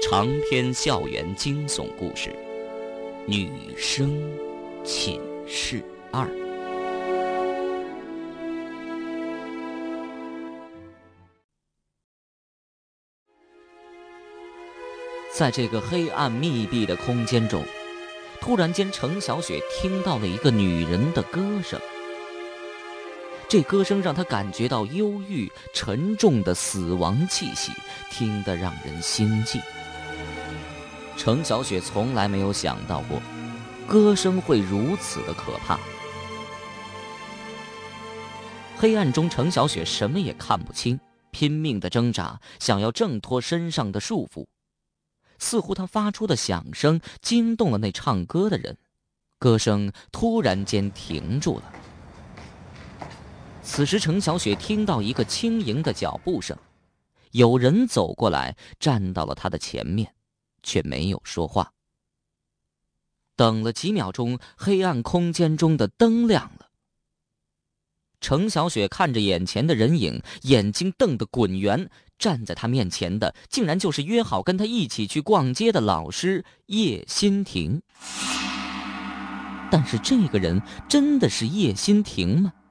长篇校园惊悚故事，女生寝室2。在这个黑暗密闭的空间中，突然间程小雪听到了一个女人的歌声。这歌声让她感觉到忧郁沉重的死亡气息，听得让人心悸。程小雪从来没有想到过歌声会如此的可怕。黑暗中，程小雪什么也看不清，拼命的挣扎，想要挣脱身上的束缚。似乎她发出的响声惊动了那唱歌的人，歌声突然间停住了。此时程小雪听到一个轻盈的脚步声，有人走过来，站到了她的前面，却没有说话。等了几秒钟，黑暗空间中的灯亮了。程小雪看着眼前的人影，眼睛瞪得滚圆，站在她面前的竟然就是约好跟她一起去逛街的老师叶欣婷。但是这个人真的是叶欣婷吗？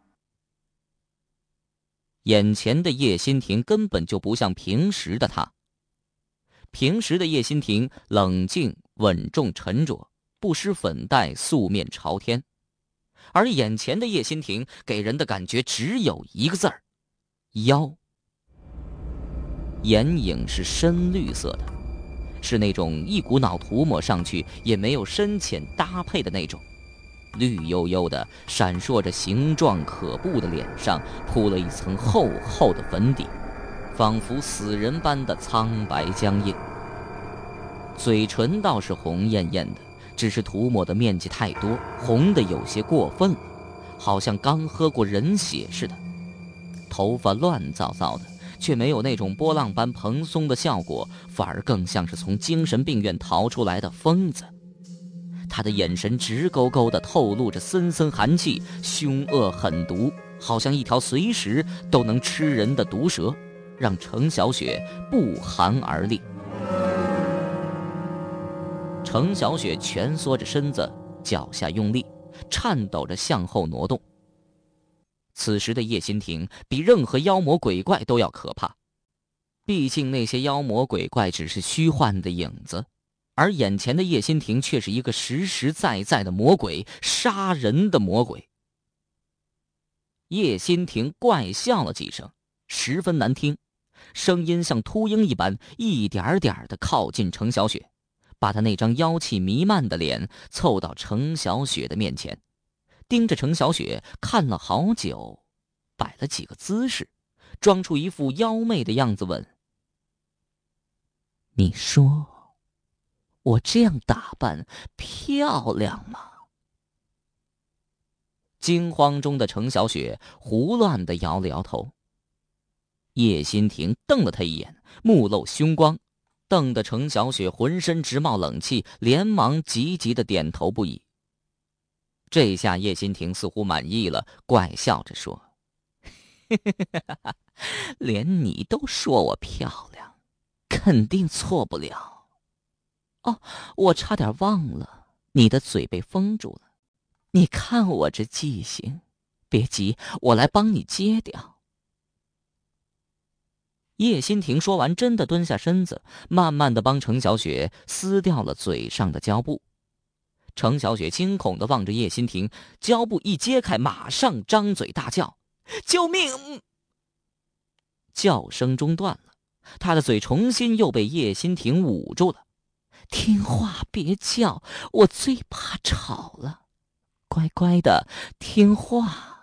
眼前的叶欣婷根本就不像平时的她。平时的叶欣婷冷静稳重沉着，不施粉黛，素面朝天。而眼前的叶欣婷给人的感觉只有一个字儿：妖。眼影是深绿色的，是那种一股脑涂抹上去也没有深浅搭配的那种。绿油油的闪烁着形状可怖的脸上铺了一层厚厚的粉底，仿佛死人般的苍白僵硬。嘴唇倒是红艳艳的，只是涂抹的面积太多，红的有些过分了，好像刚喝过人血似的。头发乱糟糟的，却没有那种波浪般蓬松的效果，反而更像是从精神病院逃出来的疯子。他的眼神直勾勾地透露着森森寒气，凶恶狠毒，好像一条随时都能吃人的毒蛇，让程小雪不寒而栗。程小雪蜷缩着身子，脚下用力，颤抖着向后挪动。此时的叶欣婷比任何妖魔鬼怪都要可怕，毕竟那些妖魔鬼怪只是虚幻的影子，而眼前的叶欣婷却是一个实实在在的魔鬼，杀人的魔鬼。叶欣婷怪笑了几声，十分难听，声音像秃鹰一般一点点地靠近程小雪，把她那张妖气弥漫的脸凑到程小雪的面前，盯着程小雪看了好久，摆了几个姿势，装出一副妖媚的样子问：你说我这样打扮漂亮吗？惊慌中的程小雪胡乱地摇了摇头。叶欣婷瞪了他一眼，目露凶光，瞪得程小雪浑身直冒冷气，连忙急急地点头不已。这下叶欣婷似乎满意了，怪笑着说：连你都说我漂亮，肯定错不了。哦，我差点忘了，你的嘴被封住了。你看我这记性，别急，我来帮你揭掉。叶欣婷说完，真的蹲下身子，慢慢地帮程小雪撕掉了嘴上的胶布。程小雪惊恐地望着叶欣婷，胶布一揭开，马上张嘴大叫：救命！叫声中断了，她的嘴重新又被叶欣婷捂住了。听话，别叫，我最怕吵了，乖乖的听话。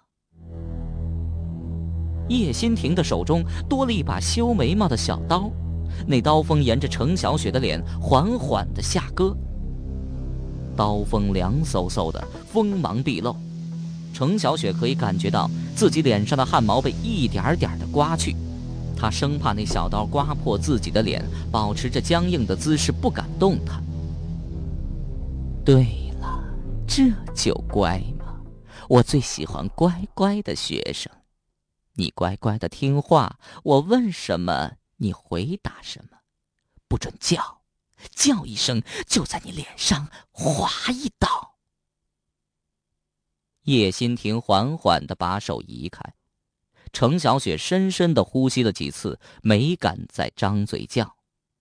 叶欣婷的手中多了一把修眉毛的小刀，那刀锋沿着程小雪的脸缓缓地下割。刀锋凉飕飕的，锋芒毕露，程小雪可以感觉到自己脸上的汗毛被一点点地刮去，她生怕那小刀刮破自己的脸，保持着僵硬的姿势不敢动弹。对了，这就乖嘛，我最喜欢乖乖的学生。你乖乖的听话，我问什么你回答什么， 不准叫，叫一声就在你脸上划一刀。叶心婷缓缓地把手移开，程小雪深深地呼吸了几次，没敢再张嘴叫。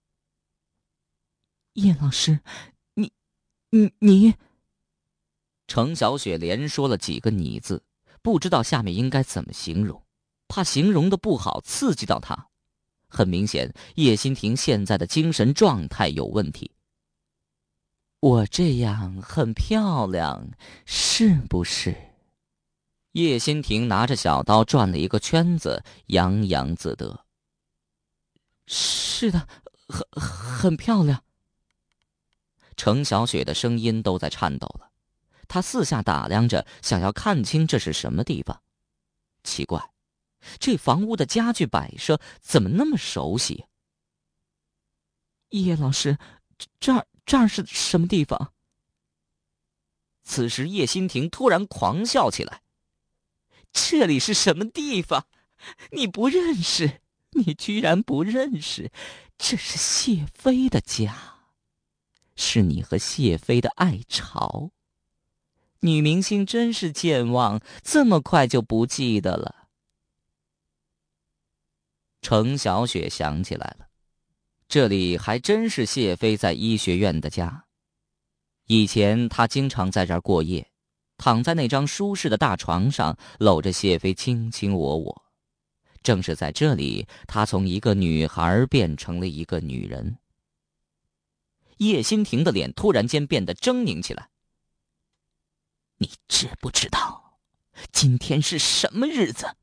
叶老师，你……程小雪连说了几个你字，不知道下面应该怎么形容，怕形容的不好刺激到他。很明显，叶心婷现在的精神状态有问题。我这样很漂亮，是不是？叶心婷拿着小刀转了一个圈子，洋洋自得。是的，很漂亮。程小雪的声音都在颤抖了，她四下打量着，想要看清这是什么地方。奇怪，这房屋的家具摆设怎么那么熟悉？叶老师，这儿是什么地方？此时叶心婷突然狂笑起来。这里是什么地方？你不认识？你居然不认识？这是谢飞的家，是你和谢飞的爱巢。女明星真是健忘，这么快就不记得了。程小雪想起来了，这里还真是谢飞在医学院的家。以前他经常在这儿过夜，躺在那张舒适的大床上，搂着谢飞卿卿我我。正是在这里，他从一个女孩变成了一个女人。叶心婷的脸突然间变得狰狞起来。你知不知道今天是什么日子？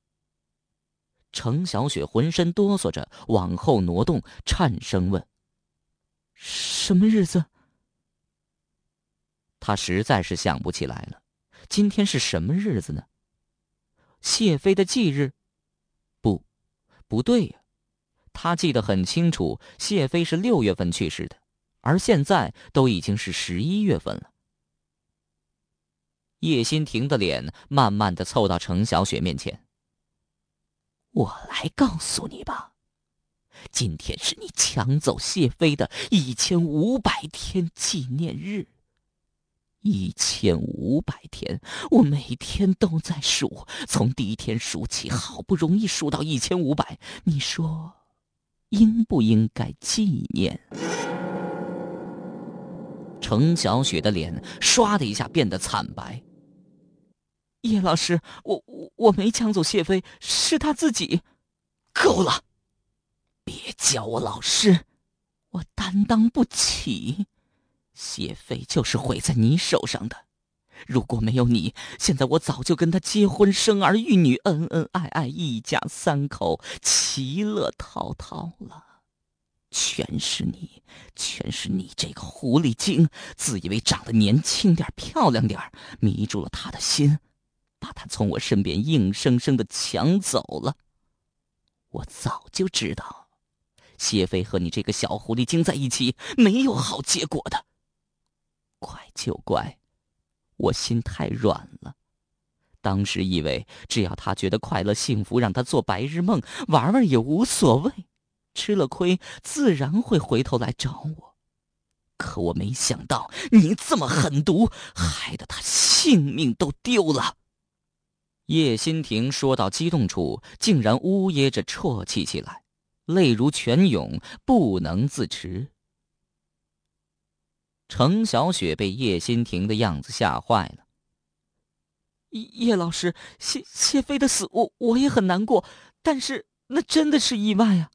程小雪浑身哆嗦着往后挪动，颤声问：什么日子？他实在是想不起来了，今天是什么日子呢？谢飞的忌日？不对呀，他记得很清楚，谢飞是6月份去世的，而现在都已经是11月份了。叶心婷的脸慢慢地凑到程小雪面前。我来告诉你吧，今天是你抢走谢飞的1500天纪念日。1500天，我每天都在数，从第一天数起，好不容易数到1500，你说应不应该纪念？程小雪的脸唰的一下变得惨白。叶老师，我没抢走谢飞，是他自己。够了，别叫我老师，我担当不起。谢飞就是毁在你手上的，如果没有你，现在我早就跟他结婚生儿育女，恩恩爱爱，一家3口，其乐陶陶了。全是你这个狐狸精，自以为长得年轻点漂亮点，迷住了他的心，把他从我身边硬生生的抢走了。我早就知道谢飞和你这个小狐狸精在一起没有好结果的。怪就怪我心太软了，当时以为只要他觉得快乐幸福，让他做白日梦玩玩也无所谓，吃了亏自然会回头来找我。可我没想到你这么狠毒，害得他性命都丢了。叶心婷说到激动处，竟然呜咽着啜泣起来，泪如泉涌，不能自持。程小雪被叶心婷的样子吓坏了。叶老师，谢飞的死我也很难过，但是那真的是意外啊。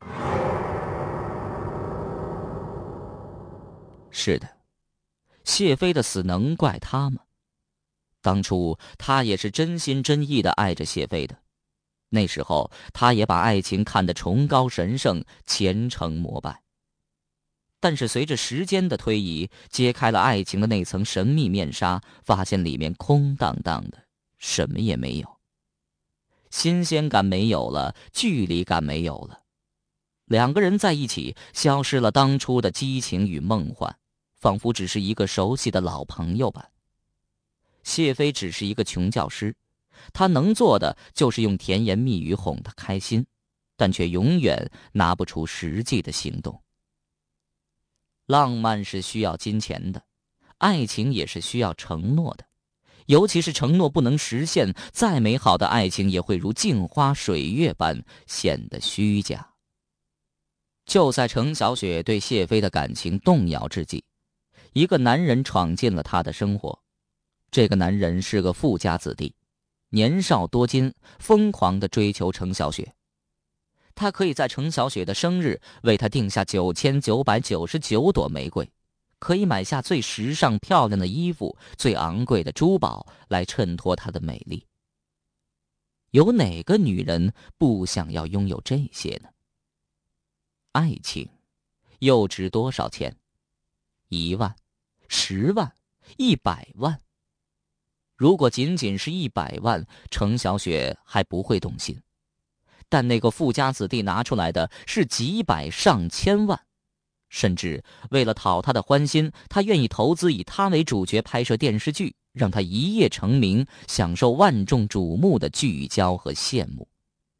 是的，谢飞的死能怪他吗？当初他也是真心真意的爱着谢飞的，那时候他也把爱情看得崇高神圣，虔诚膜拜。但是随着时间的推移，揭开了爱情的那层神秘面纱，发现里面空荡荡的，什么也没有。新鲜感没有了，距离感没有了，两个人在一起，消失了当初的激情与梦幻，仿佛只是一个熟悉的老朋友般。谢飞只是一个穷教师，他能做的就是用甜言蜜语哄她开心，但却永远拿不出实际的行动。 浪漫是需要金钱的，爱情也是需要承诺的，尤其是承诺不能实现，再美好的爱情也会如镜花水月般显得虚假。就在程小雪对谢飞的感情动摇之际，一个男人闯进了她的生活。这个男人是个富家子弟，年少多金，疯狂地追求程小雪。他可以在程小雪的生日为她定下9999朵玫瑰，可以买下最时尚漂亮的衣服，最昂贵的珠宝来衬托她的美丽。有哪个女人不想要拥有这些呢？爱情又值多少钱？1万、10万、100万？如果仅仅是100万，程小雪还不会动心。但那个富家子弟拿出来的是几百上千万，甚至为了讨他的欢心，他愿意投资以他为主角拍摄电视剧，让他一夜成名，享受万众瞩目的聚焦和羡慕。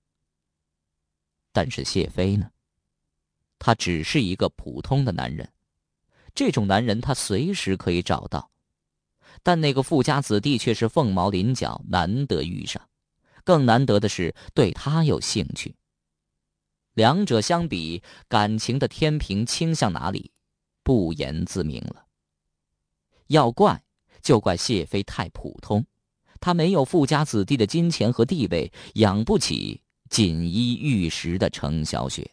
但是谢飞呢？他只是一个普通的男人，这种男人他随时可以找到，但那个富家子弟却是凤毛麟角，难得遇上。更难得的是对他有兴趣。两者相比，感情的天平倾向哪里，不言自明了。要怪就怪谢飞太普通，他没有富家子弟的金钱和地位，养不起锦衣玉食的程小雪。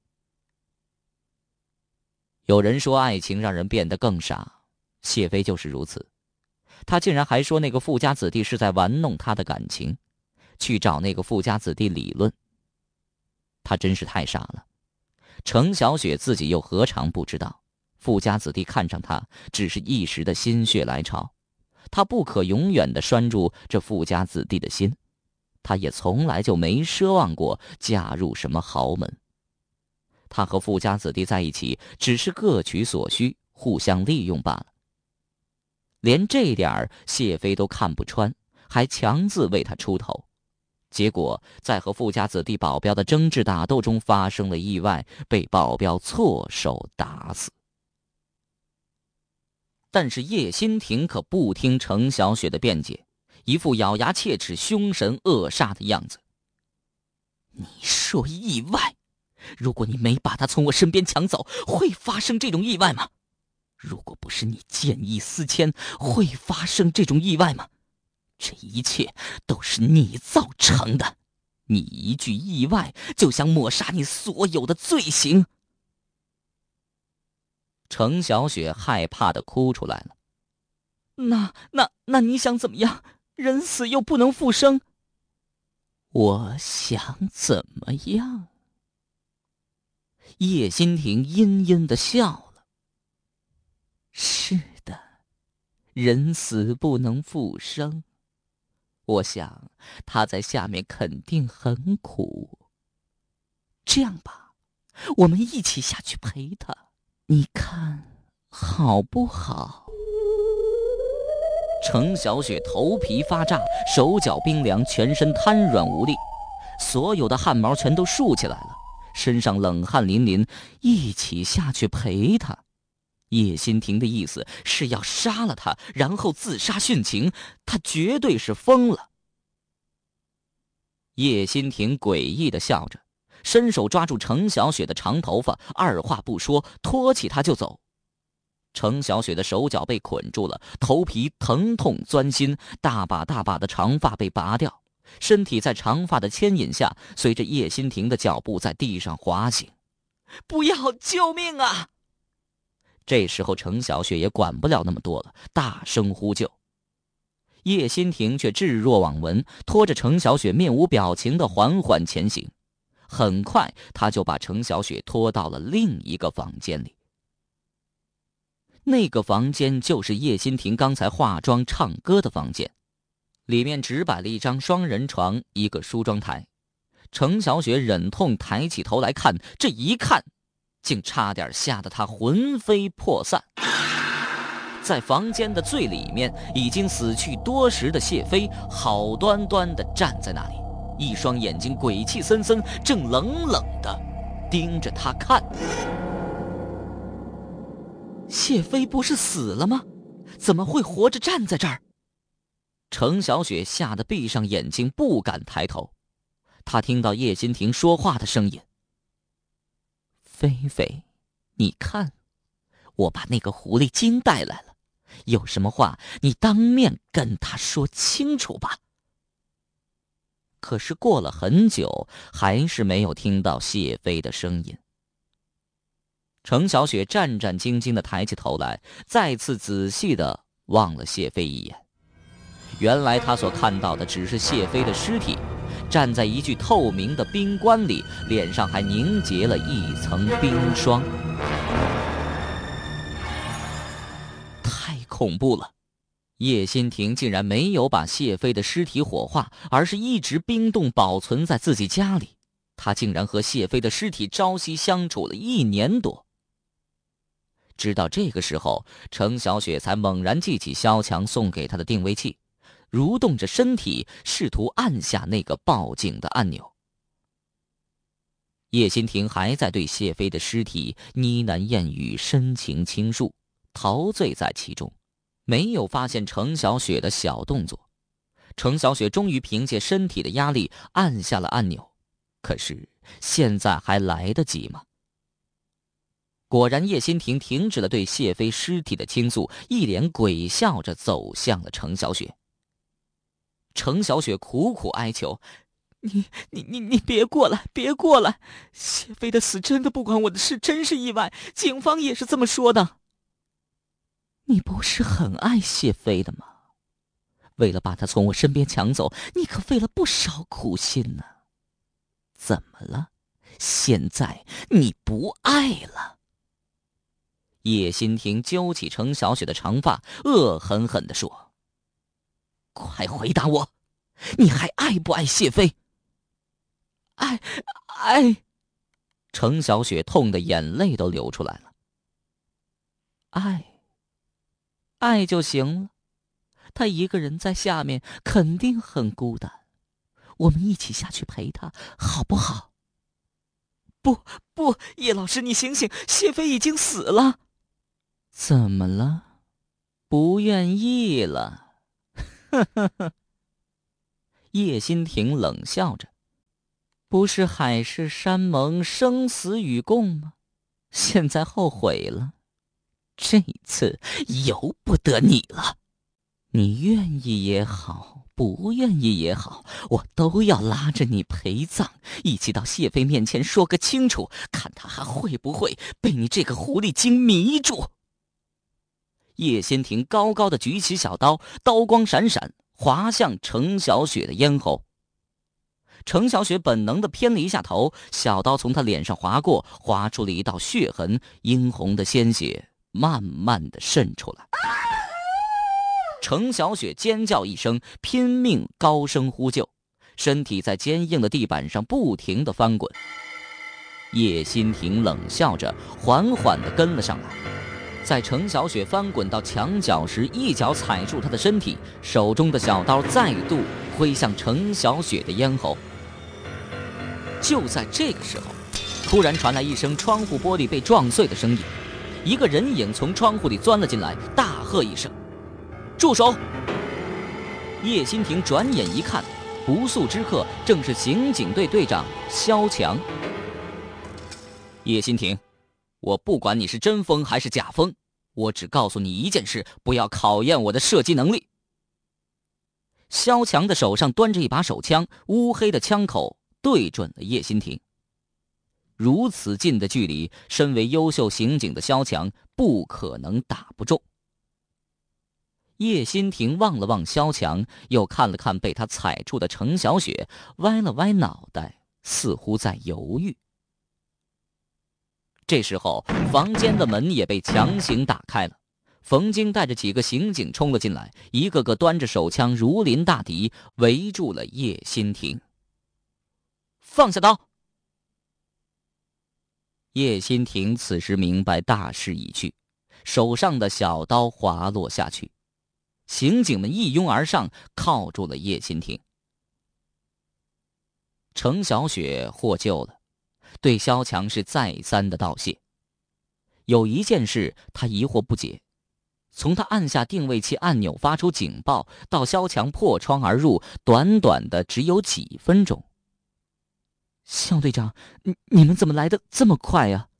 有人说爱情让人变得更傻，谢飞就是如此。他竟然还说那个富家子弟是在玩弄他的感情，去找那个富家子弟理论。他真是太傻了。程小雪自己又何尝不知道，富家子弟看上他只是一时的心血来潮，他不可永远地拴住这富家子弟的心，他也从来就没奢望过嫁入什么豪门。他和富家子弟在一起只是各取所需，互相利用罢了。连这点谢飞都看不穿，还强自为他出头。结果在和富家子弟保镖的争执打斗中发生了意外，被保镖错手打死。但是叶新亭可不听程小雪的辩解，一副咬牙切齿、凶神恶煞的样子。你说意外？如果你没把他从我身边抢走，会发生这种意外吗？如果不是你见异思迁，会发生这种意外吗？这一切都是你造成的，你一句意外就想抹杀你所有的罪行。程小雪害怕地哭出来了。那你想怎么样？人死又不能复生。我想怎么样？叶新亭阴阴地笑了。是的，人死不能复生。我想他在下面肯定很苦。这样吧，我们一起下去陪他，你看好不好？程小雪头皮发炸，手脚冰凉，全身瘫软无力，所有的汗毛全都竖起来了，身上冷汗淋淋。一起下去陪他，叶新亭的意思是要杀了他，然后自杀殉情，他绝对是疯了。叶新亭诡异地笑着，伸手抓住程小雪的长头发，二话不说拖起她就走。程小雪的手脚被捆住了，头皮疼痛钻心，大把大把的长发被拔掉，身体在长发的牵引下，随着叶新亭的脚步在地上滑行。不要，救命啊！这时候程小雪也管不了那么多了，大声呼救。叶新亭却置若罔闻，拖着程小雪面无表情地缓缓前行。很快他就把程小雪拖到了另一个房间里。那个房间就是叶新亭刚才化妆唱歌的房间，里面只摆了一张双人床，一个梳妆台。程小雪忍痛抬起头来看，这一看竟差点吓得她魂飞魄散。在房间的最里面，已经死去多时的谢飞好端端地站在那里，一双眼睛鬼气森森，正冷冷地盯着他看。 谢飞不是死了吗？怎么会活着站在这儿？程小雪吓得闭上眼睛，不敢抬头。她听到叶心亭说话的声音：“菲菲，你看，我把那个狐狸精带来了，有什么话你当面跟他说清楚吧。”可是过了很久，还是没有听到谢飞的声音。程小雪战战兢兢地抬起头来，再次仔细地望了谢飞一眼。原来他所看到的只是谢飞的尸体，站在一具透明的冰棺里，脸上还凝结了一层冰霜。太恐怖了！叶心亭竟然没有把谢飞的尸体火化，而是一直冰冻保存在自己家里。他竟然和谢飞的尸体朝夕相处了1年多。直到这个时候，程小雪才猛然记起萧强送给她的定位器，蠕动着身体，试图按下那个报警的按钮。叶心亭还在对谢飞的尸体呢喃燕语，深情倾诉，陶醉在其中，没有发现程小雪的小动作。程小雪终于凭借身体的压力按下了按钮，可是现在还来得及吗？果然，叶心亭停止了对谢飞尸体的倾诉，一脸鬼笑着走向了程小雪。程小雪苦苦哀求：“你别过来，别过来！谢飞的死真的不关我的事，真是意外，警方也是这么说的。”你不是很爱谢飞的吗？为了把他从我身边抢走，你可费了不少苦心呢。怎么了？现在你不爱了？叶心亭揪起程小雪的长发，恶狠狠地说：“快回答我，你还爱不爱谢飞？”爱。程小雪痛得眼泪都流出来了。爱就行了。他一个人在下面肯定很孤单，我们一起下去陪他，好不好？不，叶老师，你醒醒，谢飞已经死了。怎么了？不愿意了？呵呵呵。叶心亭冷笑着，不是海誓山盟，生死与共吗？现在后悔了，这次由不得你了。你愿意也好，不愿意也好，我都要拉着你陪葬，一起到谢飞面前说个清楚，看他还会不会被你这个狐狸精迷住。叶心亭高高的举起小刀，刀光闪闪，划向程小雪的咽喉。程小雪本能地偏了一下头，小刀从她脸上划过，划出了一道血痕，殷红的鲜血慢慢地渗出来。程小雪尖叫一声，拼命高声呼救，身体在坚硬的地板上不停地翻滚。叶心亭冷笑着，缓缓地跟了上来，在程小雪翻滚到墙角时，一脚踩住她的身体，手中的小刀再度挥向程小雪的咽喉。就在这个时候，突然传来一声窗户玻璃被撞碎的声音，一个人影从窗户里钻了进来，大喝一声：“住手！”叶心亭转眼一看，不速之客正是刑警队队长萧强。叶心亭，我不管你是真疯还是假疯，我只告诉你一件事，不要考验我的射击能力。萧强的手上端着一把手枪，乌黑的枪口对准了叶心亭。如此近的距离，身为优秀刑警的萧强不可能打不中。叶心亭望了望萧强，又看了看被他踩住的程小雪，歪了歪脑袋，似乎在犹豫。这时候，房间的门也被强行打开了，冯京带着几个刑警冲了进来，一个个端着手枪如临大敌，围住了叶心亭。放下刀！叶心亭此时明白大势已去，手上的小刀滑落下去，刑警们一拥而上，铐住了叶心亭。程小雪获救了，对萧强是再三的道谢。 有一件事他疑惑不解，从他按下定位器按钮发出警报到萧强破窗而入，短短的只有几分钟。肖队长，你们怎么来得这么快呀？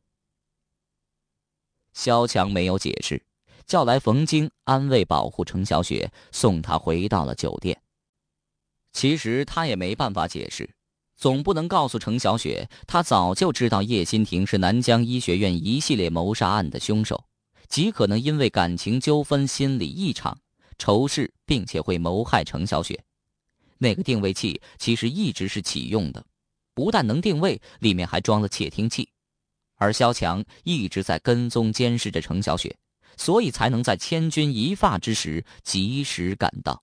萧强没有解释，叫来冯京安慰保护程小雪，送她回到了酒店。其实他也没办法解释，总不能告诉程小雪他早就知道叶欣婷是南江医学院一系列谋杀案的凶手，极可能因为感情纠纷心理异常仇视，并且会谋害程小雪。那个定位器其实一直是启用的，不但能定位，里面还装了窃听器，而萧强一直在跟踪监视着程小雪，所以才能在千钧一发之时及时赶到。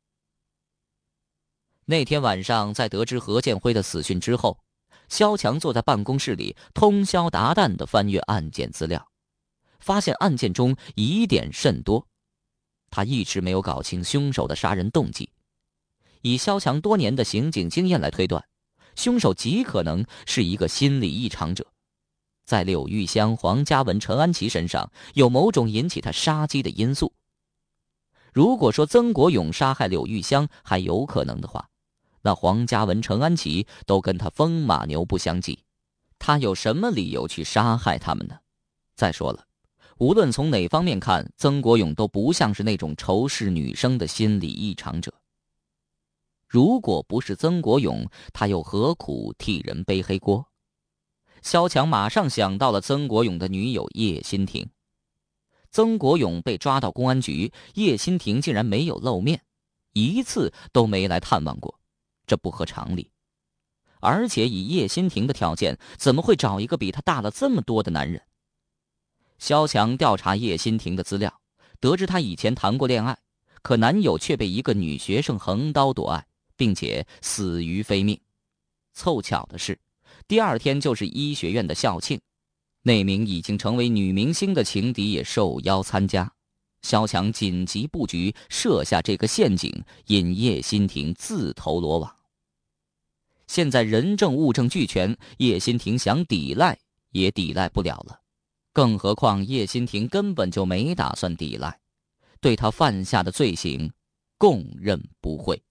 那天晚上，在得知何建辉的死讯之后，萧强坐在办公室里通宵达旦地翻阅案件资料，发现案件中疑点甚多。他一直没有搞清凶手的杀人动机，以萧强多年的刑警经验来推断，凶手极可能是一个心理异常者，在柳玉香、黄嘉文、陈安琪身上有某种引起他杀机的因素。如果说曾国勇杀害柳玉香还有可能的话，那黄嘉文、陈安琪都跟他风马牛不相及，他有什么理由去杀害他们呢？再说了，无论从哪方面看，曾国勇都不像是那种仇视女生的心理异常者。如果不是曾国勇，他又何苦替人背黑锅？萧强马上想到了曾国勇的女友叶欣婷。曾国勇被抓到公安局，叶欣婷竟然没有露面，一次都没来探望过，这不合常理。而且以叶欣婷的条件，怎么会找一个比她大了这么多的男人？萧强调查叶欣婷的资料，得知她以前谈过恋爱，可男友却被一个女学生横刀夺爱，并且死于非命。凑巧的是，第二天就是医学院的校庆，那名已经成为女明星的情敌也受邀参加。萧强紧急布局，设下这个陷阱，引叶欣婷自投罗网。现在人证物证俱全，叶欣婷想抵赖也抵赖不了了，更何况叶欣婷根本就没打算抵赖，对她犯下的罪行供认不讳。